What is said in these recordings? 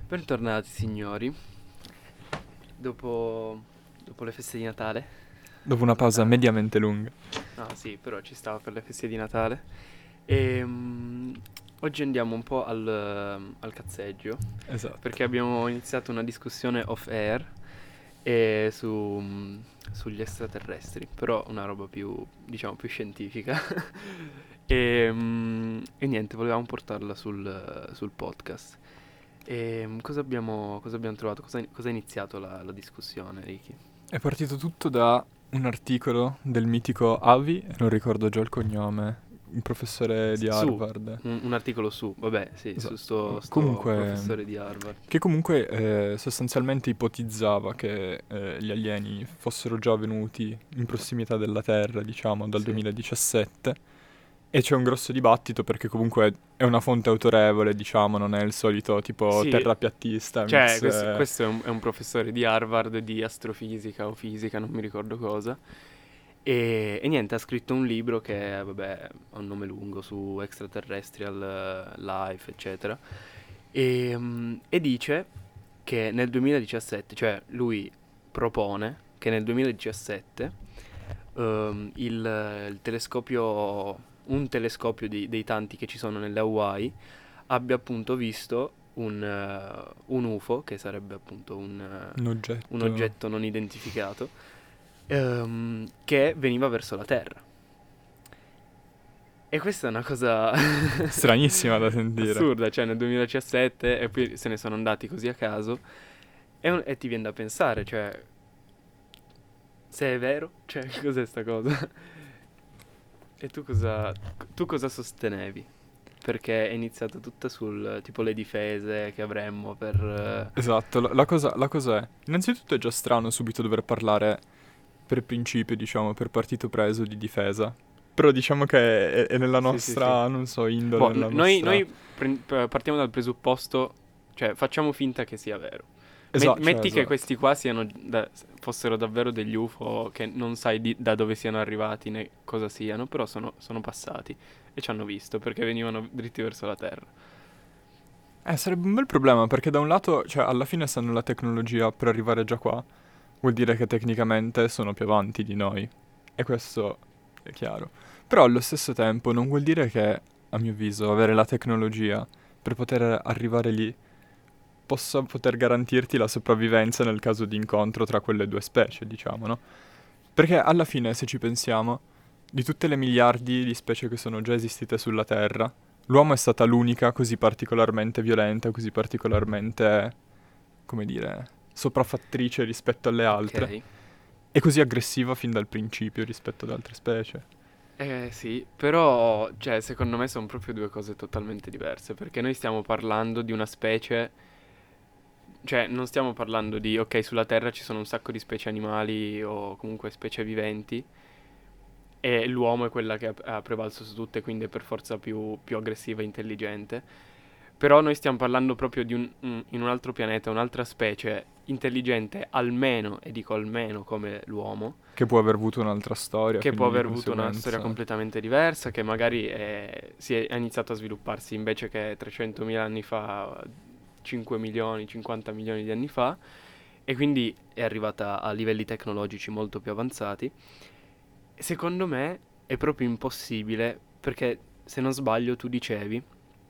Bentornati signori, dopo le feste di Natale. Dopo una pausa mediamente lunga. No, sì, però ci stava per le feste di Natale. E oggi andiamo un po' al cazzeggio, Esatto. perché abbiamo iniziato una discussione off air sugli extraterrestri, però una roba più, diciamo, più scientifica. E niente, volevamo portarla sul podcast. Cosa abbiamo trovato? Cosa è iniziato la discussione, Ricky? È partito tutto da un articolo del mitico Avi, non ricordo già il cognome, un professore di Su, Harvard. un articolo su, vabbè, sì, su sto Comunque, professore di Harvard. che comunque sostanzialmente ipotizzava che gli alieni fossero già venuti in prossimità della Terra, diciamo, dal Sì. 2017. E c'è un grosso dibattito perché comunque è una fonte autorevole, diciamo, non è il solito tipo Sì, terrapiattista cioè, mix... questo è un professore di Harvard di astrofisica o fisica, non mi ricordo cosa. E niente, ha scritto un libro che, vabbè, ha un nome lungo su extraterrestrial life, eccetera. E dice che nel 2017, cioè lui propone che nel 2017 il telescopio, un telescopio dei tanti che ci sono nelle Hawaii, abbia appunto visto un UFO, che sarebbe appunto un un oggetto oggetto non identificato, che veniva verso la Terra. E questa è una cosa stranissima da sentire. assurda, cioè nel 2017 e poi se ne sono andati così a caso e ti viene da pensare, cioè, se è vero, cioè, cos'è sta cosa? E tu cosa sostenevi? Perché è iniziata tutta sul tipo le difese che avremmo per... Esatto, la cosa è, innanzitutto è già strano subito dover parlare per principio, diciamo, per partito preso di difesa. Però diciamo che è nella Sì, sì, sì. nostra, non so, indole, Boh, nella noi, nostra... partiamo dal presupposto, cioè facciamo finta che sia vero. Esatto, cioè, Metti che esatto. questi qua fossero davvero degli UFO che non sai da dove siano arrivati né cosa siano, però sono passati e ci hanno visto perché venivano dritti verso la Terra. Sarebbe un bel problema perché da un lato, cioè, alla fine sanno la tecnologia per arrivare già qua, vuol dire che tecnicamente sono più avanti di noi. E questo è chiaro. Però allo stesso tempo non vuol dire che, a mio avviso, avere la tecnologia per poter arrivare lì possa poter garantirti la sopravvivenza nel caso di incontro tra quelle due specie, diciamo, no? Perché alla fine, se ci pensiamo, di tutte le miliardi di specie che sono già esistite sulla Terra, l'uomo è stata l'unica così particolarmente violenta, così particolarmente, come dire, sopraffattrice rispetto alle altre, Ok. e così aggressiva fin dal principio rispetto ad altre specie. Sì, però, cioè, secondo me sono proprio due cose totalmente diverse, perché noi stiamo parlando di una specie, cioè, non stiamo parlando di, ok, sulla Terra ci sono un sacco di specie animali o comunque specie viventi, e l'uomo è quella che ha prevalso su tutte, quindi è per forza più aggressiva e intelligente. Però noi stiamo parlando proprio di in un altro pianeta, un'altra specie intelligente almeno, e dico almeno come l'uomo, Che può aver avuto un'altra storia, che può quindi di aver avuto una storia conseguenza... completamente diversa, che magari ha iniziato a svilupparsi invece che 300.000 anni fa, 5 milioni, 50 milioni di anni fa, e quindi è arrivata a livelli tecnologici molto più avanzati. Secondo me è proprio impossibile, perché se non sbaglio tu dicevi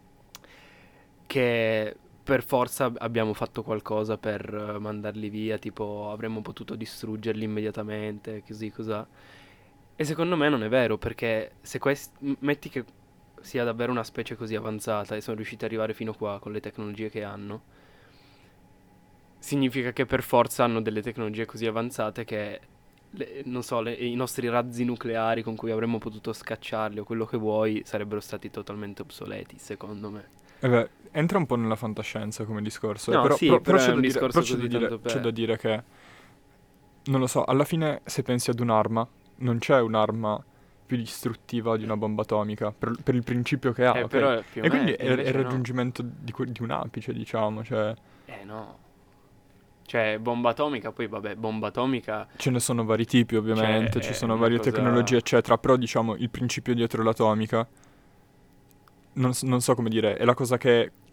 che per forza abbiamo fatto qualcosa per mandarli via, tipo avremmo potuto distruggerli immediatamente, così cos'ha. E secondo me non è vero, perché se metti che sia davvero una specie così avanzata e sono riusciti ad arrivare fino qua con le tecnologie che hanno, significa che per forza hanno delle tecnologie così avanzate che, non so, i nostri razzi nucleari con cui avremmo potuto scacciarli o quello che vuoi sarebbero stati totalmente obsoleti, secondo me. E beh, entra un po' nella fantascienza come discorso, No, sì, però però è un però discorso così tanto c'è da per... dire che, non lo so, alla fine se pensi ad un'arma, non c'è un'arma più distruttiva di una bomba atomica, per il principio che ha, ok? Però più o E quindi meno, è e il invece no. raggiungimento di un apice, diciamo, cioè No. Cioè, bomba atomica, poi vabbè, bomba atomica, ce ne sono vari tipi cioè, ovviamente, ci è sono una varie tecnologie, cosa... eccetera, però diciamo il principio dietro l'atomica, non so come dire, è la cosa che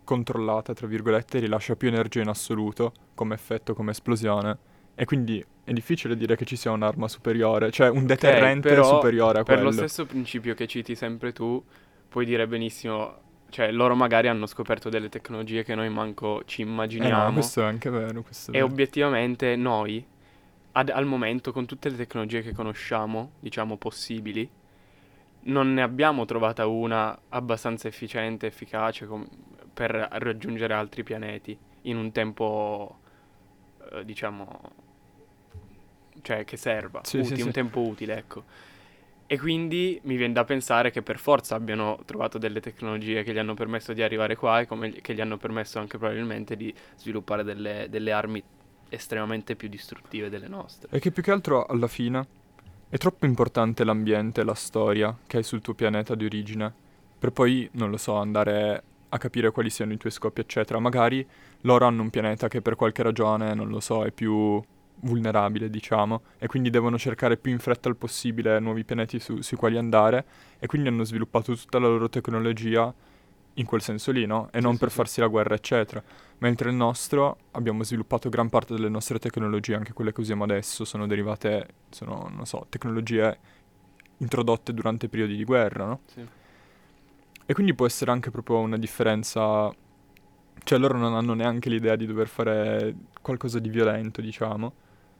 controllata, tra virgolette, rilascia più energia in assoluto, come effetto, come esplosione, e quindi è difficile dire che ci sia un'arma superiore, cioè un Ok, deterrente però superiore a per lo quello. stesso principio che citi sempre tu, puoi dire benissimo, cioè loro magari hanno scoperto delle tecnologie che noi manco ci Eh no, immaginiamo questo è anche vero, questo è e vero. obiettivamente noi, al momento, con tutte le tecnologie che conosciamo, diciamo possibili, non ne abbiamo trovata una abbastanza efficiente, efficace per raggiungere altri pianeti in un tempo, diciamo, cioè che serva, Sì, sì, un sì. tempo utile, ecco. E quindi mi viene da pensare che per forza abbiano trovato delle tecnologie che gli hanno permesso di arrivare qua e che gli hanno permesso anche probabilmente di sviluppare delle armi estremamente più distruttive delle nostre. E che più che altro alla fine è troppo importante l'ambiente e la storia che hai sul tuo pianeta di origine, per poi, non lo so, andare a capire quali siano i tuoi scopi, eccetera. Magari loro hanno un pianeta che per qualche ragione, non lo so, è più vulnerabile, diciamo, e quindi devono cercare più in fretta il possibile nuovi pianeti sui quali andare, e quindi hanno sviluppato tutta la loro tecnologia in quel senso lì, no? E Sì, non sì, per sì. farsi la guerra, eccetera. Mentre il nostro, abbiamo sviluppato gran parte delle nostre tecnologie, anche quelle che usiamo adesso, sono derivate, sono, non so, tecnologie introdotte durante periodi di guerra, no? Sì. E quindi può essere anche proprio una differenza, cioè loro non hanno neanche l'idea di dover fare qualcosa di violento, diciamo.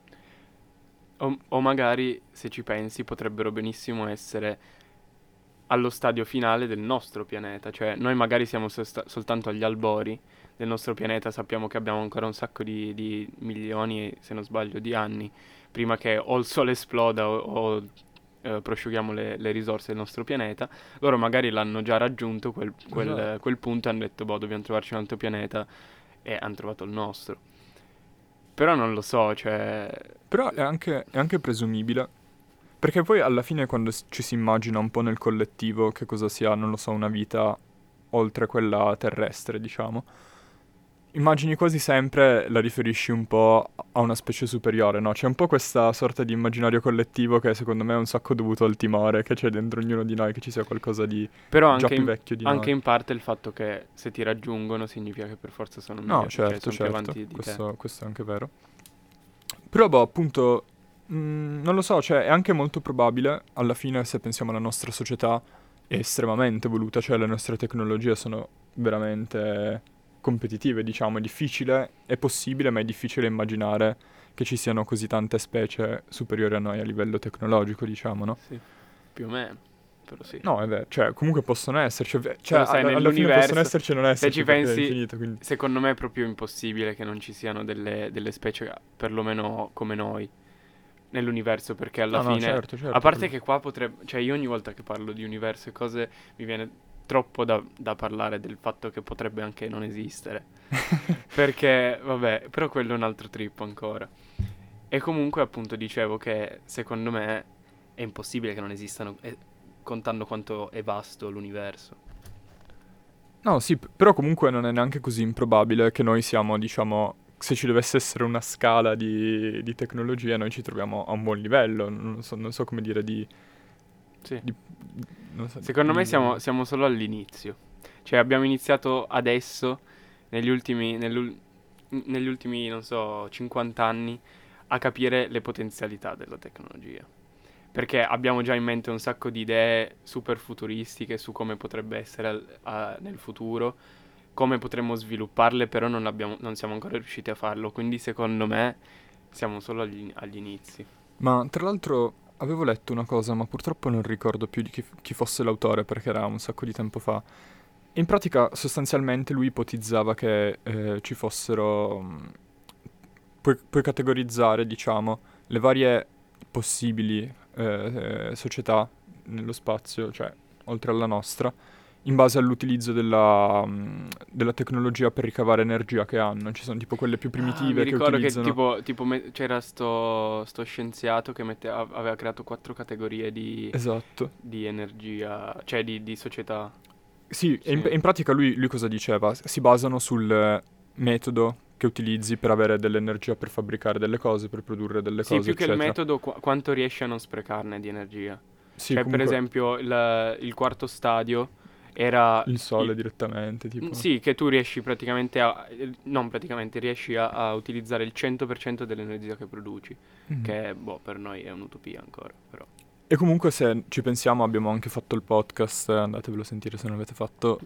O magari, se ci pensi, potrebbero benissimo essere allo stadio finale del nostro pianeta, cioè noi magari siamo soltanto agli albori del nostro pianeta, sappiamo che abbiamo ancora un sacco di milioni, se non sbaglio, di anni prima che o il Sole esploda o prosciughiamo le risorse del nostro pianeta. Loro magari l'hanno già raggiunto Esatto. quel punto e hanno detto, boh, dobbiamo trovarci un altro pianeta e hanno trovato il nostro. Però non lo so, cioè... Però è anche presumibile, perché poi alla fine quando ci si immagina un po' nel collettivo che cosa sia, non lo so, una vita oltre quella terrestre, diciamo, immagini quasi sempre la riferisci un po' a una specie superiore, no? C'è un po' questa sorta di immaginario collettivo che secondo me è un sacco dovuto al timore che c'è dentro ognuno di noi, che ci sia qualcosa di Però già più vecchio di anche noi. in parte il fatto che se ti raggiungono significa che per forza sono No, migliori, cioè certo, sono più certo, avanti di te. questo è anche vero. Però, boh, appunto, non lo so, cioè è anche molto probabile, alla fine, se pensiamo alla nostra società, è estremamente evoluta, cioè le nostre tecnologie sono veramente competitive, diciamo, è difficile, è possibile, ma è difficile immaginare che ci siano così tante specie superiori a noi a livello tecnologico, diciamo, no? Sì, più o meno, però sì. No, è vero, cioè comunque possono esserci, cioè Però sai, alla fine possono nell'universo, esserci e non se ci esserci perché è pensi, infinito, quindi... secondo me è proprio impossibile che non ci siano delle specie, perlomeno come noi, nell'universo, perché alla No, no, fine, certo, a certo, parte quello. che qua potrebbe, cioè io ogni volta che parlo di universo e cose mi viene troppo da parlare del fatto che potrebbe anche non esistere. Perché, vabbè, però quello è un altro trip ancora. E comunque appunto dicevo che secondo me è impossibile che non esistano, contando quanto è vasto l'universo. No, sì, però comunque non è neanche così improbabile che noi siamo, diciamo, se ci dovesse essere una scala di tecnologia, noi ci troviamo a un buon livello, non so come dire, Sì. di, non so, Secondo me siamo solo all'inizio. Cioè abbiamo iniziato adesso, negli ultimi, non so, 50 anni, a capire le potenzialità della tecnologia. Perché abbiamo già in mente un sacco di idee super futuristiche su come potrebbe essere nel futuro, come potremmo svilupparle, però non siamo ancora riusciti a farlo. Quindi secondo me siamo solo agli inizi. Ma tra l'altro avevo letto una cosa, ma purtroppo non ricordo più di chi fosse l'autore perché era un sacco di tempo fa. In pratica, sostanzialmente, lui ipotizzava che ci fossero... puoi categorizzare, diciamo, le varie possibili società nello spazio, cioè oltre alla nostra, in base all'utilizzo della tecnologia per ricavare energia che hanno. Ci sono tipo quelle più Ah, mi primitive che ricordo che utilizzano... c'era sto scienziato che aveva creato quattro categorie Esatto. di energia, cioè di società. Sì, e Sì. in pratica lui cosa diceva? Si basano sul metodo che utilizzi per avere dell'energia per fabbricare delle cose, per produrre delle Sì, cose, più che il eccetera. metodo, quanto riesci a non sprecarne di energia. Sì, Cioè, per comunque, esempio, il quarto stadio era... Il sole direttamente, tipo. Sì, che tu riesci praticamente non praticamente, riesci a utilizzare il 100% dell'energia che produci, Mhm. che boh, per noi è un'utopia ancora, però. E comunque se ci pensiamo abbiamo anche fatto il podcast, andatevelo a sentire se non l'avete fatto,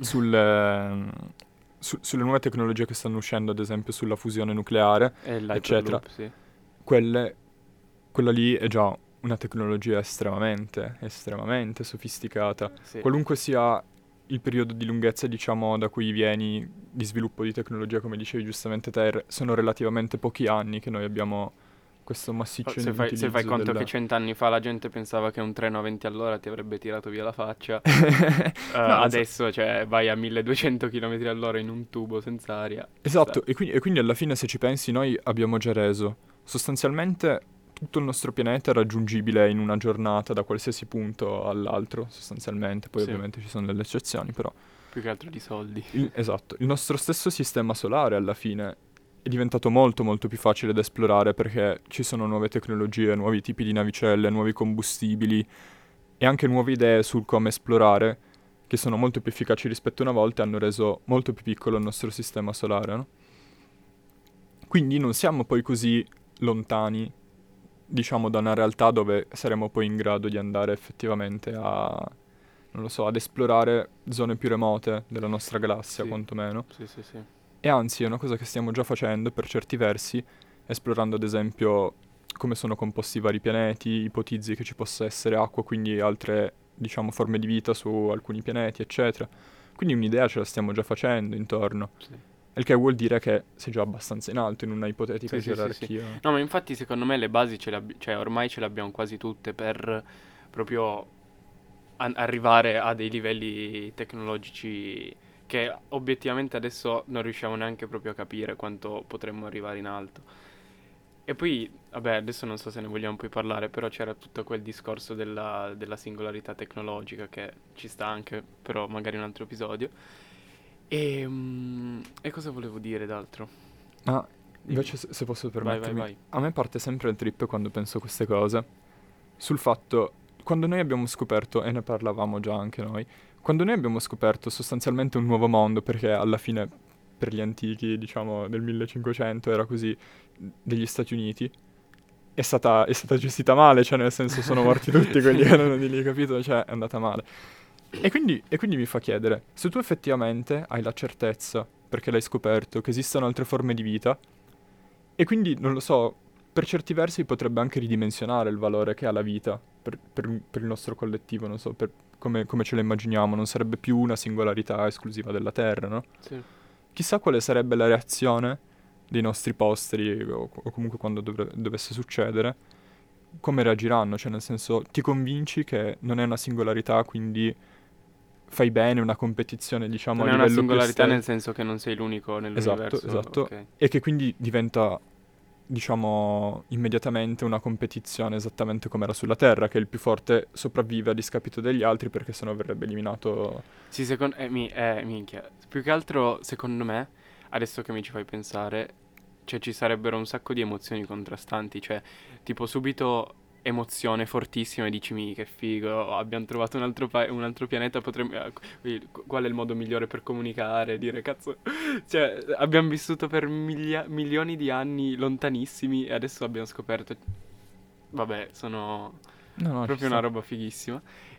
sulle nuove tecnologie che stanno uscendo, ad esempio sulla fusione nucleare, E eccetera. l'Hyperloop, sì. Quelle, quella lì è già una tecnologia estremamente, estremamente sofisticata. Sì. Qualunque sia il periodo di lunghezza, diciamo, da cui vieni di sviluppo di tecnologia, come dicevi giustamente te, sono relativamente pochi anni che noi abbiamo questo massiccio Se fai utilizzo conto che del... 100 anni fa la gente pensava che un treno a 20 all'ora ti avrebbe tirato via la faccia, No, adesso, cioè, vai a 1200 km all'ora in un tubo senza aria, ci sta. esatto, e quindi alla fine se ci pensi noi abbiamo già reso sostanzialmente tutto il nostro pianeta è raggiungibile in una giornata da qualsiasi punto all'altro, sostanzialmente, poi Sì, ovviamente ci sono delle eccezioni, però più che altro di soldi. esatto, il nostro stesso sistema solare alla fine è diventato molto molto più facile da esplorare perché ci sono nuove tecnologie, nuovi tipi di navicelle, nuovi combustibili e anche nuove idee sul come esplorare che sono molto più efficaci rispetto a una volta e hanno reso molto più piccolo il nostro sistema solare, no? Quindi non siamo poi così lontani, diciamo, da una realtà dove saremo poi in grado di andare effettivamente a, non lo so, ad esplorare zone più remote della nostra galassia, Sì, quantomeno. sì, sì, sì. E anzi, è una cosa che stiamo già facendo per certi versi, esplorando ad esempio come sono composti i vari pianeti, ipotizzi che ci possa essere acqua, quindi altre, diciamo, forme di vita su alcuni pianeti, eccetera. Quindi un'idea ce la stiamo già facendo intorno. Sì. Il che vuol dire che sei già abbastanza in alto in una ipotetica Sì, sì, sì, sì. gerarchia. No, ma infatti secondo me le basi cioè ormai ce le abbiamo quasi tutte per proprio arrivare a dei livelli tecnologici che obiettivamente adesso non riusciamo neanche proprio a capire quanto potremmo arrivare in alto. E poi, vabbè, adesso non so se ne vogliamo poi parlare, però c'era tutto quel discorso della singolarità tecnologica che ci sta anche, però magari in un altro episodio. E cosa volevo dire d'altro? Ma Dimmi. invece se posso Vai, vai, permettermi, vai. a me parte sempre il trip quando penso a queste cose, sul fatto, quando noi abbiamo scoperto, e ne parlavamo già anche noi, quando noi abbiamo scoperto sostanzialmente un nuovo mondo, perché alla fine per gli antichi, diciamo del 1500 era così, degli Stati Uniti, è stata gestita male, cioè nel senso sono morti tutti quelli che erano di lì, capito? Cioè è andata male. E quindi mi fa chiedere, se tu effettivamente hai la certezza, perché l'hai scoperto, che esistono altre forme di vita, e quindi, non lo so, per certi versi potrebbe anche ridimensionare il valore che ha la vita per il nostro collettivo, non so, per come ce la immaginiamo, non sarebbe più una singolarità esclusiva della Terra, no? Sì. Chissà quale sarebbe la reazione dei nostri posteri, o comunque quando dovesse succedere, come reagiranno, cioè nel senso, ti convinci che non è una singolarità, quindi fai bene una competizione, diciamo, Non a è una livello più singolarità nel esterno. senso che non sei l'unico Esatto, nell'universo, esatto. ok. E che quindi diventa, diciamo, immediatamente una competizione esattamente come era sulla Terra, che il più forte sopravvive a discapito degli altri perché sennò verrebbe eliminato. Sì, secondo... minchia. Più che altro, secondo me, adesso che mi ci fai pensare, cioè ci sarebbero un sacco di emozioni contrastanti, cioè tipo subito emozione fortissima e dici mi che figo, abbiamo trovato un altro pianeta, potremmo... qual è il modo migliore per comunicare, dire cazzo... Cioè, abbiamo vissuto per milioni di anni lontanissimi e adesso abbiamo scoperto... Vabbè, sono No, no, ci proprio una sta. roba fighissima.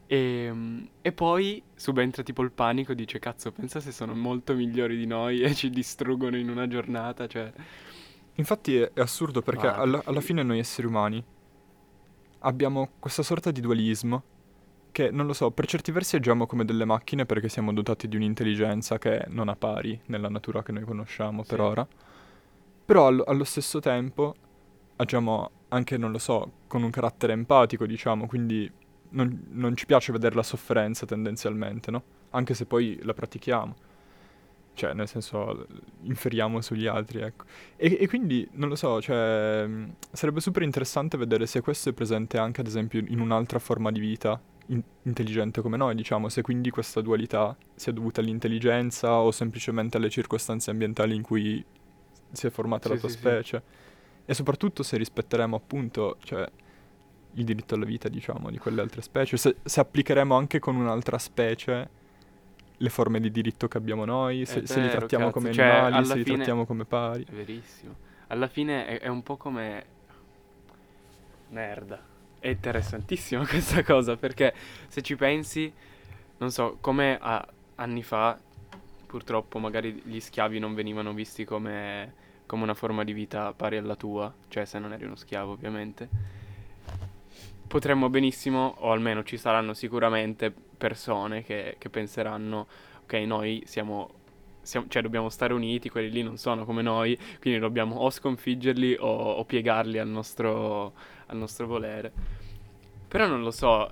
E poi subentra tipo il panico, dice cazzo, pensa se sono molto migliori di noi e ci distruggono in una giornata, cioè... Infatti è assurdo perché Ah, che alla figo. fine noi esseri umani abbiamo questa sorta di dualismo che, non lo so, per certi versi agiamo come delle macchine perché siamo dotati di un'intelligenza che non ha pari nella natura che noi conosciamo per Sì, ora. Però allo stesso tempo agiamo anche, non lo so, con un carattere empatico, diciamo, quindi non ci piace vedere la sofferenza tendenzialmente, no? Anche se poi la pratichiamo. Cioè, nel senso, inferiamo sugli altri, ecco. E quindi, non lo so, cioè, sarebbe super interessante vedere se questo è presente anche, ad esempio, in un'altra forma di vita intelligente come noi, diciamo, se quindi questa dualità sia dovuta all'intelligenza o semplicemente alle circostanze ambientali in cui si è formata la sì, tua sì, sì. specie. E soprattutto se rispetteremo appunto, cioè, il diritto alla vita, diciamo, di quelle altre specie, se applicheremo anche con un'altra specie le forme di diritto che abbiamo noi, È se li vero, trattiamo cazzo. come Cioè, animali, se alla li fine... trattiamo come pari. È verissimo. Alla fine è un po' come... Merda. È interessantissima questa cosa, perché se ci pensi, non so, come anni fa, purtroppo magari gli schiavi non venivano visti come una forma di vita pari alla tua, cioè se non eri uno schiavo ovviamente, potremmo benissimo, o almeno ci saranno sicuramente persone che penseranno, ok, noi cioè dobbiamo stare uniti, quelli lì non sono come noi, quindi dobbiamo o sconfiggerli o piegarli al nostro volere. Però non lo so,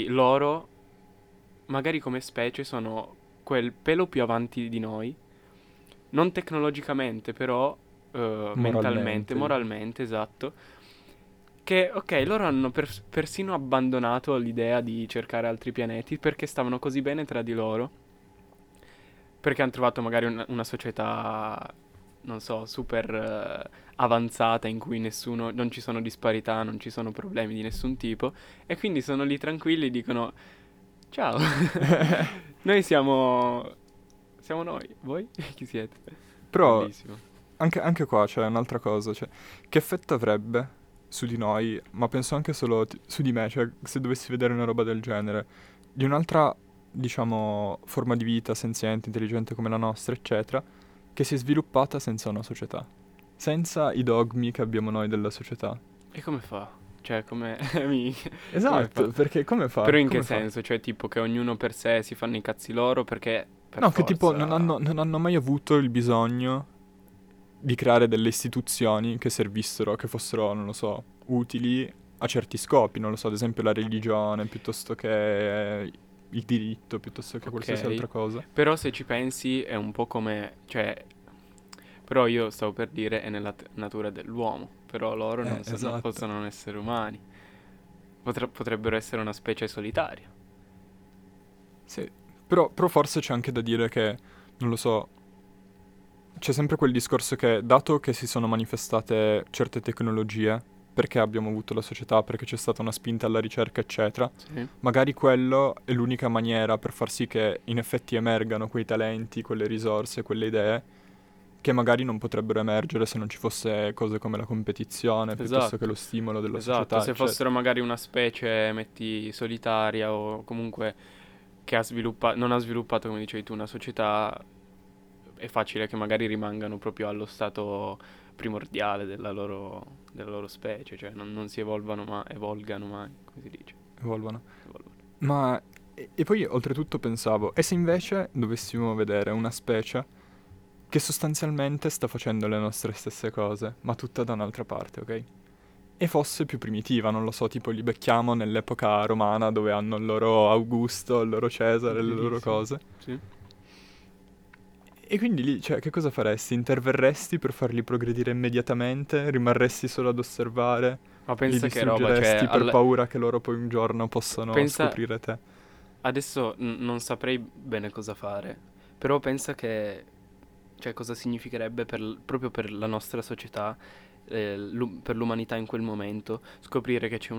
magari come specie sono quel pelo più avanti di noi, non tecnologicamente, però mentalmente, Moralmente, dico. moralmente, esatto. Che, ok, loro hanno persino abbandonato l'idea di cercare altri pianeti perché stavano così bene tra di loro. Perché hanno trovato magari una società, non so, super avanzata in cui non ci sono disparità, non ci sono problemi di nessun tipo. E quindi sono lì tranquilli e dicono, ciao, noi siamo noi, voi chi siete? Però Bellissimo. anche qua c'è un'altra cosa, cioè, che effetto avrebbe su di noi, ma penso anche solo su di me, cioè, se dovessi vedere una roba del genere, di un'altra, diciamo, forma di vita senziente, intelligente come la nostra, eccetera, che si è sviluppata senza una società, senza i dogmi che abbiamo noi della società. E come fa? Cioè, come... come fa? Esatto, perché come fa? Però in che Come fa? senso? Cioè, tipo che ognuno per sé si fanno i cazzi loro perché per No, che tipo forza... non hanno mai avuto il bisogno di creare delle istituzioni che servissero, che fossero, non lo so, utili a certi scopi, non lo so, ad esempio la religione, piuttosto che il diritto, piuttosto che qualsiasi Ok, altra cosa. però se ci pensi è un po' come... Cioè, però io stavo per dire è nella natura dell'uomo, però loro non Esatto. possono non essere umani. Potrebbero essere una specie solitaria. Sì, però forse c'è anche da dire che, non lo so, c'è sempre quel discorso che, dato che si sono manifestate certe tecnologie, perché abbiamo avuto la società, perché c'è stata una spinta alla ricerca, eccetera, Sì, magari quello è l'unica maniera per far sì che in effetti emergano quei talenti, quelle risorse, quelle idee, che magari non potrebbero emergere se non ci fosse cose come la competizione, piuttosto che lo esatto. stimolo della Esatto, società, se eccetera. fossero magari una specie, metti, solitaria o comunque che non ha sviluppato, come dicevi tu, una società, è facile che magari rimangano proprio allo stato primordiale della loro specie, cioè non si evolgano mai, come si dice? Evolvono. Evolvono. Ma e poi oltretutto pensavo, e se invece dovessimo vedere una specie che sostanzialmente sta facendo le nostre stesse cose, ma tutta da un'altra parte, ok? E fosse più primitiva, non lo so, tipo li becchiamo nell'epoca romana dove hanno il loro Augusto, il loro Cesare, le loro Bellissimo. cose. Sì. E quindi lì, cioè, che cosa faresti? Interverresti per farli progredire immediatamente? Rimarresti solo ad osservare? Ma Li pensa che roba, cioè, distruggeresti per paura che loro poi un giorno possano pensa, scoprire te? adesso non saprei bene cosa fare, però pensa che, cioè, cosa significherebbe proprio per la nostra società, per l'umanità in quel momento, scoprire che c'è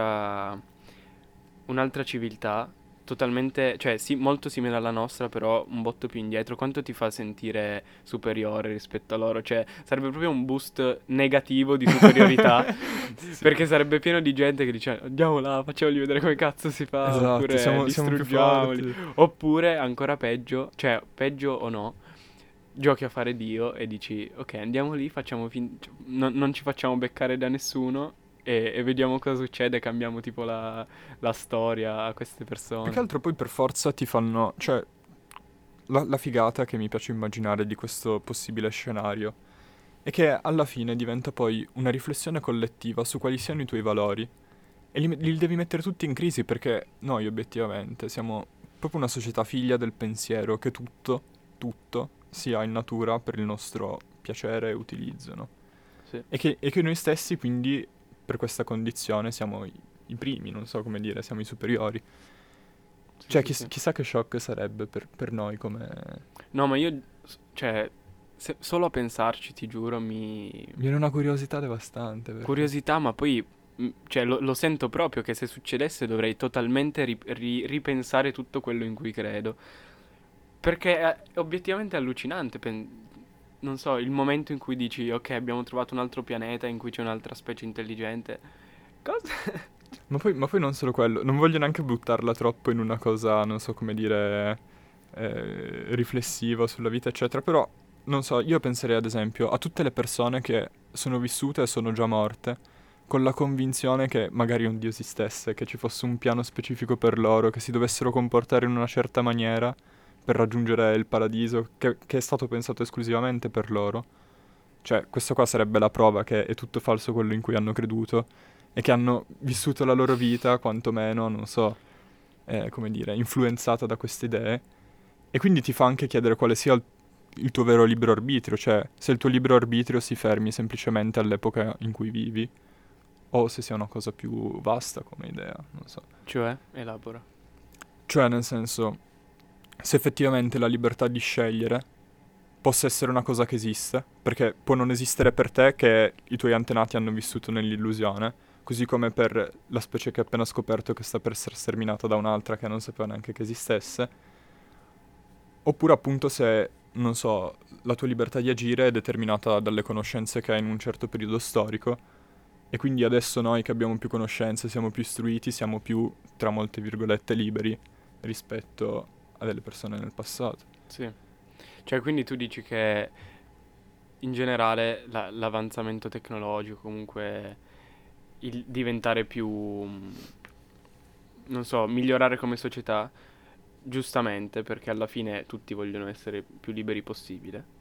un'altra civiltà totalmente, cioè sì, molto simile alla nostra, però un botto più indietro. Quanto ti fa sentire superiore rispetto a loro? Cioè, sarebbe proprio un boost negativo di superiorità, Sì. perché sarebbe pieno di gente che dice andiamo là, facciamogli vedere come cazzo si fa, Esatto, oppure siamo più distruggiamoli, forti. oppure ancora peggio, cioè peggio o no, giochi a fare Dio e dici ok, andiamo lì, non ci facciamo beccare da nessuno e vediamo cosa succede, cambiamo tipo la storia a queste Più che persone. altro poi per forza ti fanno... Cioè, la figata che mi piace immaginare di questo possibile scenario è che alla fine diventa poi una riflessione collettiva su quali siano i tuoi valori e li devi mettere tutti in crisi perché noi obiettivamente siamo proprio una società figlia del pensiero che tutto sia in natura per il nostro piacere e utilizzo, no? Sì, E che noi stessi quindi per questa condizione siamo i primi, non so come dire, siamo i superiori. sì, Cioè, sì, sì. chissà che shock sarebbe per noi come... No, ma io, cioè, solo a pensarci, ti giuro, Mi viene una curiosità devastante perché... curiosità, ma poi, cioè, lo sento proprio che se succedesse dovrei totalmente ripensare tutto quello in cui credo. Perché è obiettivamente allucinante, non so, il momento in cui dici, ok, abbiamo trovato un altro pianeta in cui c'è un'altra specie intelligente. Cosa? Ma poi non solo quello, non voglio neanche buttarla troppo in una cosa, non so come dire, riflessiva sulla vita, eccetera, però, non so, io penserei ad esempio a tutte le persone che sono vissute e sono già morte, con la convinzione che magari un Dio esistesse, che ci fosse un piano specifico per loro, che si dovessero comportare in una certa maniera per raggiungere il paradiso, che è stato pensato esclusivamente per loro. Cioè, questo qua sarebbe la prova che è tutto falso quello in cui hanno creduto e che hanno vissuto la loro vita, quantomeno, non so, come dire, influenzata da queste idee. E quindi ti fa anche chiedere quale sia il tuo vero libero arbitrio, cioè se il tuo libero arbitrio si fermi semplicemente all'epoca in cui vivi, o se sia una cosa più vasta come idea, non so. Cioè, elabora. Cioè, nel senso, se effettivamente la libertà di scegliere possa essere una cosa che esiste, perché può non esistere per te che i tuoi antenati hanno vissuto nell'illusione, così come per la specie che ha appena scoperto che sta per essere sterminata da un'altra che non sapeva neanche che esistesse, oppure appunto se, non so, la tua libertà di agire è determinata dalle conoscenze che hai in un certo periodo storico, e quindi adesso noi che abbiamo più conoscenze, siamo più istruiti, siamo più, tra molte virgolette, liberi rispetto a delle persone nel passato. Sì. Cioè, quindi tu dici che in generale l'avanzamento tecnologico, comunque il diventare più, non so, migliorare come società, giustamente, perché alla fine tutti vogliono essere più liberi possibile.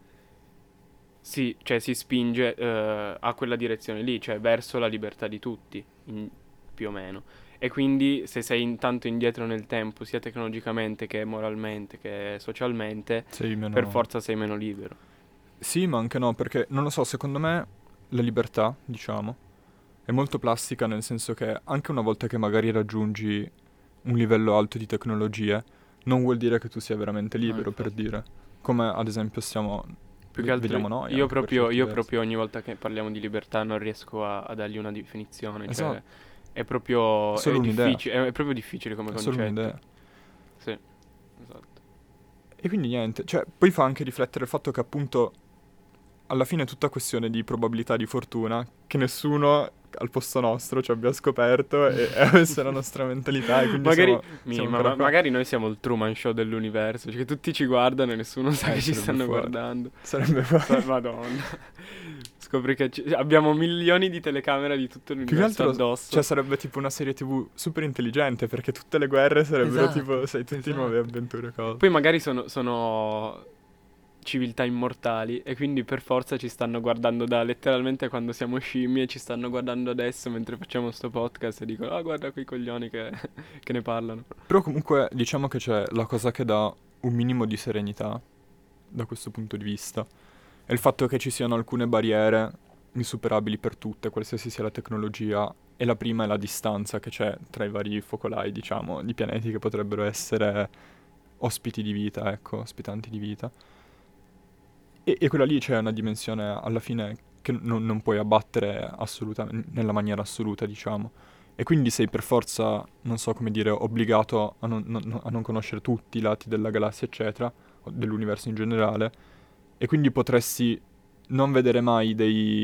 Sì, cioè si spinge a quella direzione lì, cioè verso la libertà di tutti, più o meno. E quindi se sei intanto indietro nel tempo, sia tecnologicamente che moralmente che socialmente, Sei per meno... forza sei meno libero. Sì, ma anche no, perché non lo so, secondo me la libertà, diciamo, è molto plastica nel senso che anche una volta che magari raggiungi un livello alto di tecnologie, non vuol dire che tu sia veramente No, libero, per infatti. dire. Come ad esempio stiamo... Più che altro vediamo noi anche per certi io versi. proprio ogni volta che parliamo di libertà non riesco a dargli una definizione, cioè Esatto, è è solo un'idea, difficile, è proprio difficile come è solo concetto. un'idea. Sì, esatto. E quindi niente, cioè, poi fa anche riflettere il fatto che appunto alla fine è tutta questione di probabilità di fortuna, che nessuno al posto nostro ci abbia scoperto e avesse la nostra mentalità e quindi Magari, siamo ancora qua. magari noi siamo il Truman Show dell'universo, cioè che tutti ci guardano e nessuno sa che ci Sarebbe stanno fuori. guardando. Sarebbe fuori. Madonna. Scopri che abbiamo milioni di telecamere di tutto Più che l'universo altro, cioè, addosso. sarebbe tipo una serie TV super intelligente perché tutte le guerre sarebbero tipo, Esatto, sai, tutte nuove esatto. avventure e cose. Poi magari sono civiltà immortali e quindi per forza ci stanno guardando da letteralmente quando siamo scimmie, ci stanno guardando adesso mentre facciamo sto podcast e dicono ah guarda quei coglioni che ne parlano. Però comunque diciamo che c'è la cosa che dà un minimo di serenità da questo punto di vista. È il fatto che ci siano alcune barriere insuperabili per tutte, qualsiasi sia la tecnologia, e la prima è la distanza che c'è tra i vari focolai, diciamo, di pianeti che potrebbero essere ospiti di vita, ecco, ospitanti di vita. E quella lì c'è una dimensione alla fine che non puoi abbattere nella maniera assoluta, diciamo. E quindi sei per forza, non so come dire, obbligato a non conoscere tutti i lati della galassia, eccetera, o dell'universo in generale. E quindi potresti non vedere mai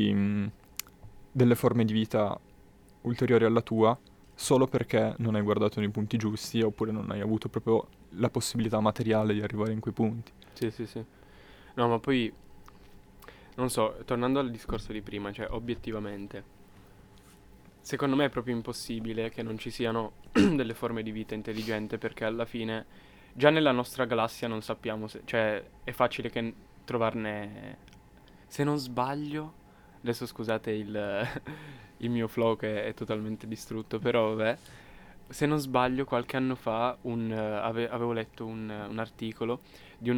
delle forme di vita ulteriori alla tua, solo perché non hai guardato nei punti giusti, oppure non hai avuto proprio la possibilità materiale di arrivare in quei punti. Sì, sì, sì. No, ma poi non so, tornando al discorso di prima, cioè obiettivamente secondo me è proprio impossibile che non ci siano delle forme di vita intelligente perché alla fine già nella nostra galassia non sappiamo se, cioè è facile che trovarne, se non sbaglio, adesso scusate il mio flow che è totalmente distrutto, però vabbè, se non sbaglio qualche anno fa avevo letto un articolo di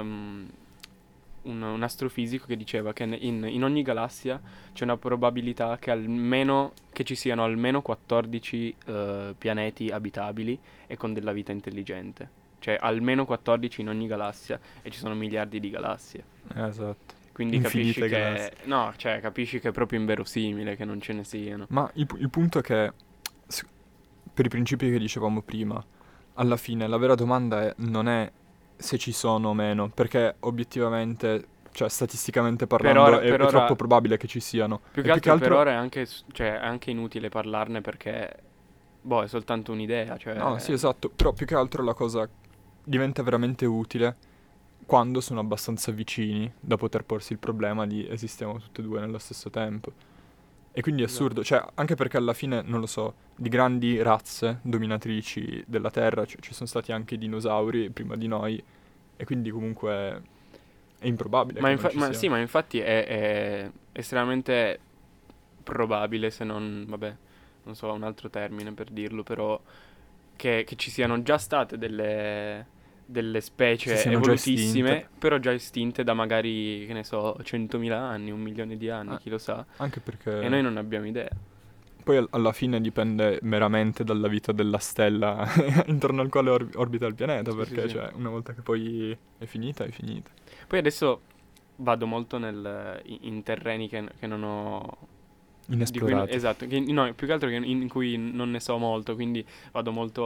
un astrofisico che diceva che in ogni galassia c'è una probabilità che ci siano almeno 14 pianeti abitabili e con della vita intelligente. Cioè almeno 14 in ogni galassia e ci sono miliardi di galassie. Esatto. Quindi capisci Infinite che... galassie. No, cioè capisci che è proprio inverosimile che non ce ne siano. Ma il punto è che, s- per i principi che dicevamo prima, alla fine la vera domanda non è se ci sono o meno, perché obiettivamente, cioè statisticamente Per parlando, ora, è, per è troppo ora, probabile che ci siano. più E che più che altro per altro, ora è anche, cioè, è anche inutile parlarne perché, boh, è soltanto un'idea, no, sì, cioè, esatto, però più che altro la cosa diventa veramente utile quando sono abbastanza vicini da poter porsi il problema di esistiamo tutti e due nello stesso tempo. E quindi è esatto. assurdo, cioè, anche perché alla fine, non lo so, di grandi razze dominatrici della Terra, ci sono stati anche i dinosauri prima di noi, e quindi comunque è improbabile che non ci Ma siano. sì, ma infatti è estremamente probabile, se non, vabbè, non so, un altro termine per dirlo, però che ci siano già state delle Si specie siano già estinte. evolutissime, però già estinte da magari, che ne so, 100.000 anni, 1 milione di anni, Ah, chi lo sa, anche e noi perché non abbiamo idea. poi alla fine dipende meramente dalla vita della stella intorno al quale orbita il pianeta, Sì, sì, perché sì. cioè, una volta che poi è finita, è finita. Poi adesso vado molto in terreni che non ho. Di cui, Inesplorati. esatto, no, più che altro che in cui non ne so molto, quindi vado molto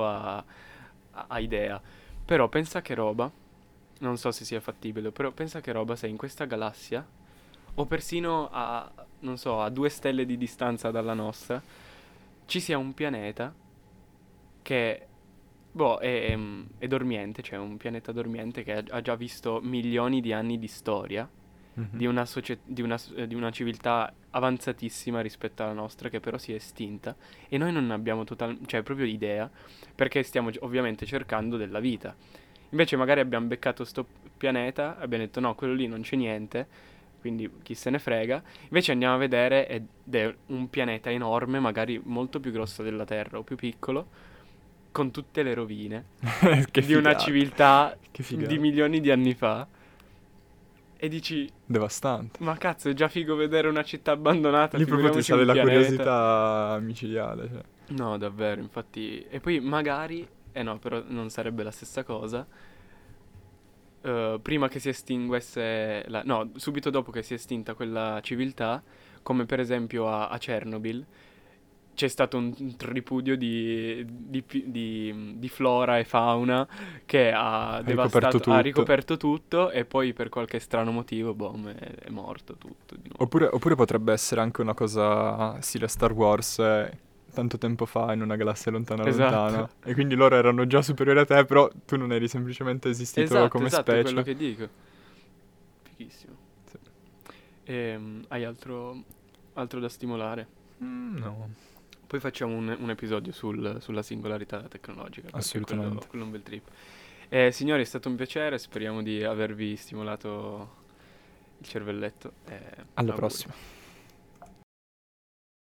a idea. Però pensa che roba, non so se sia fattibile, però pensa che roba se in questa galassia, o persino a, non so, a 2 stelle di distanza dalla nostra, ci sia un pianeta che, boh, è dormiente, cioè un pianeta dormiente che ha già visto milioni di anni di storia Mhm. di una civiltà avanzatissima rispetto alla nostra, che però si è estinta, e noi non ne abbiamo cioè proprio idea, perché stiamo ovviamente cercando della vita. Invece magari abbiamo beccato sto pianeta, abbiamo detto no, quello lì non c'è niente, quindi chi se ne frega. Invece andiamo a vedere ed è un pianeta enorme, magari molto più grosso della Terra o più piccolo, con tutte le rovine Che di una figata. civiltà Che di figata. milioni di anni fa. E dici, Devastante. ma cazzo, è già figo vedere una città abbandonata, Lì proprio ti figuriamoci sale un la pianeta. curiosità micidiale, cioè. No, davvero, infatti. E poi magari, eh no, però non sarebbe la stessa cosa. Prima che si estinguesse, no, subito dopo che si è estinta quella civiltà, come per esempio a Chernobyl, c'è stato un tripudio di flora e fauna che ha Hai ricoperto devastato, ha tutto. ricoperto tutto, e poi per qualche strano motivo, boom, è morto tutto di nuovo. Oppure potrebbe essere anche una cosa stile Star Wars, tanto tempo fa in una galassia lontana Esatto. lontana. E quindi loro erano già superiori a te, però tu non eri semplicemente esistito Esatto, come esatto, è quello specie. che dico. Fighissimo. Sì. Hai altro da stimolare? No, Poi facciamo un episodio sulla singolarità tecnologica, perché quello assolutamente. è un bel trip. Signori, è stato un piacere, speriamo di avervi stimolato il cervelletto. Alla Auguri. prossima.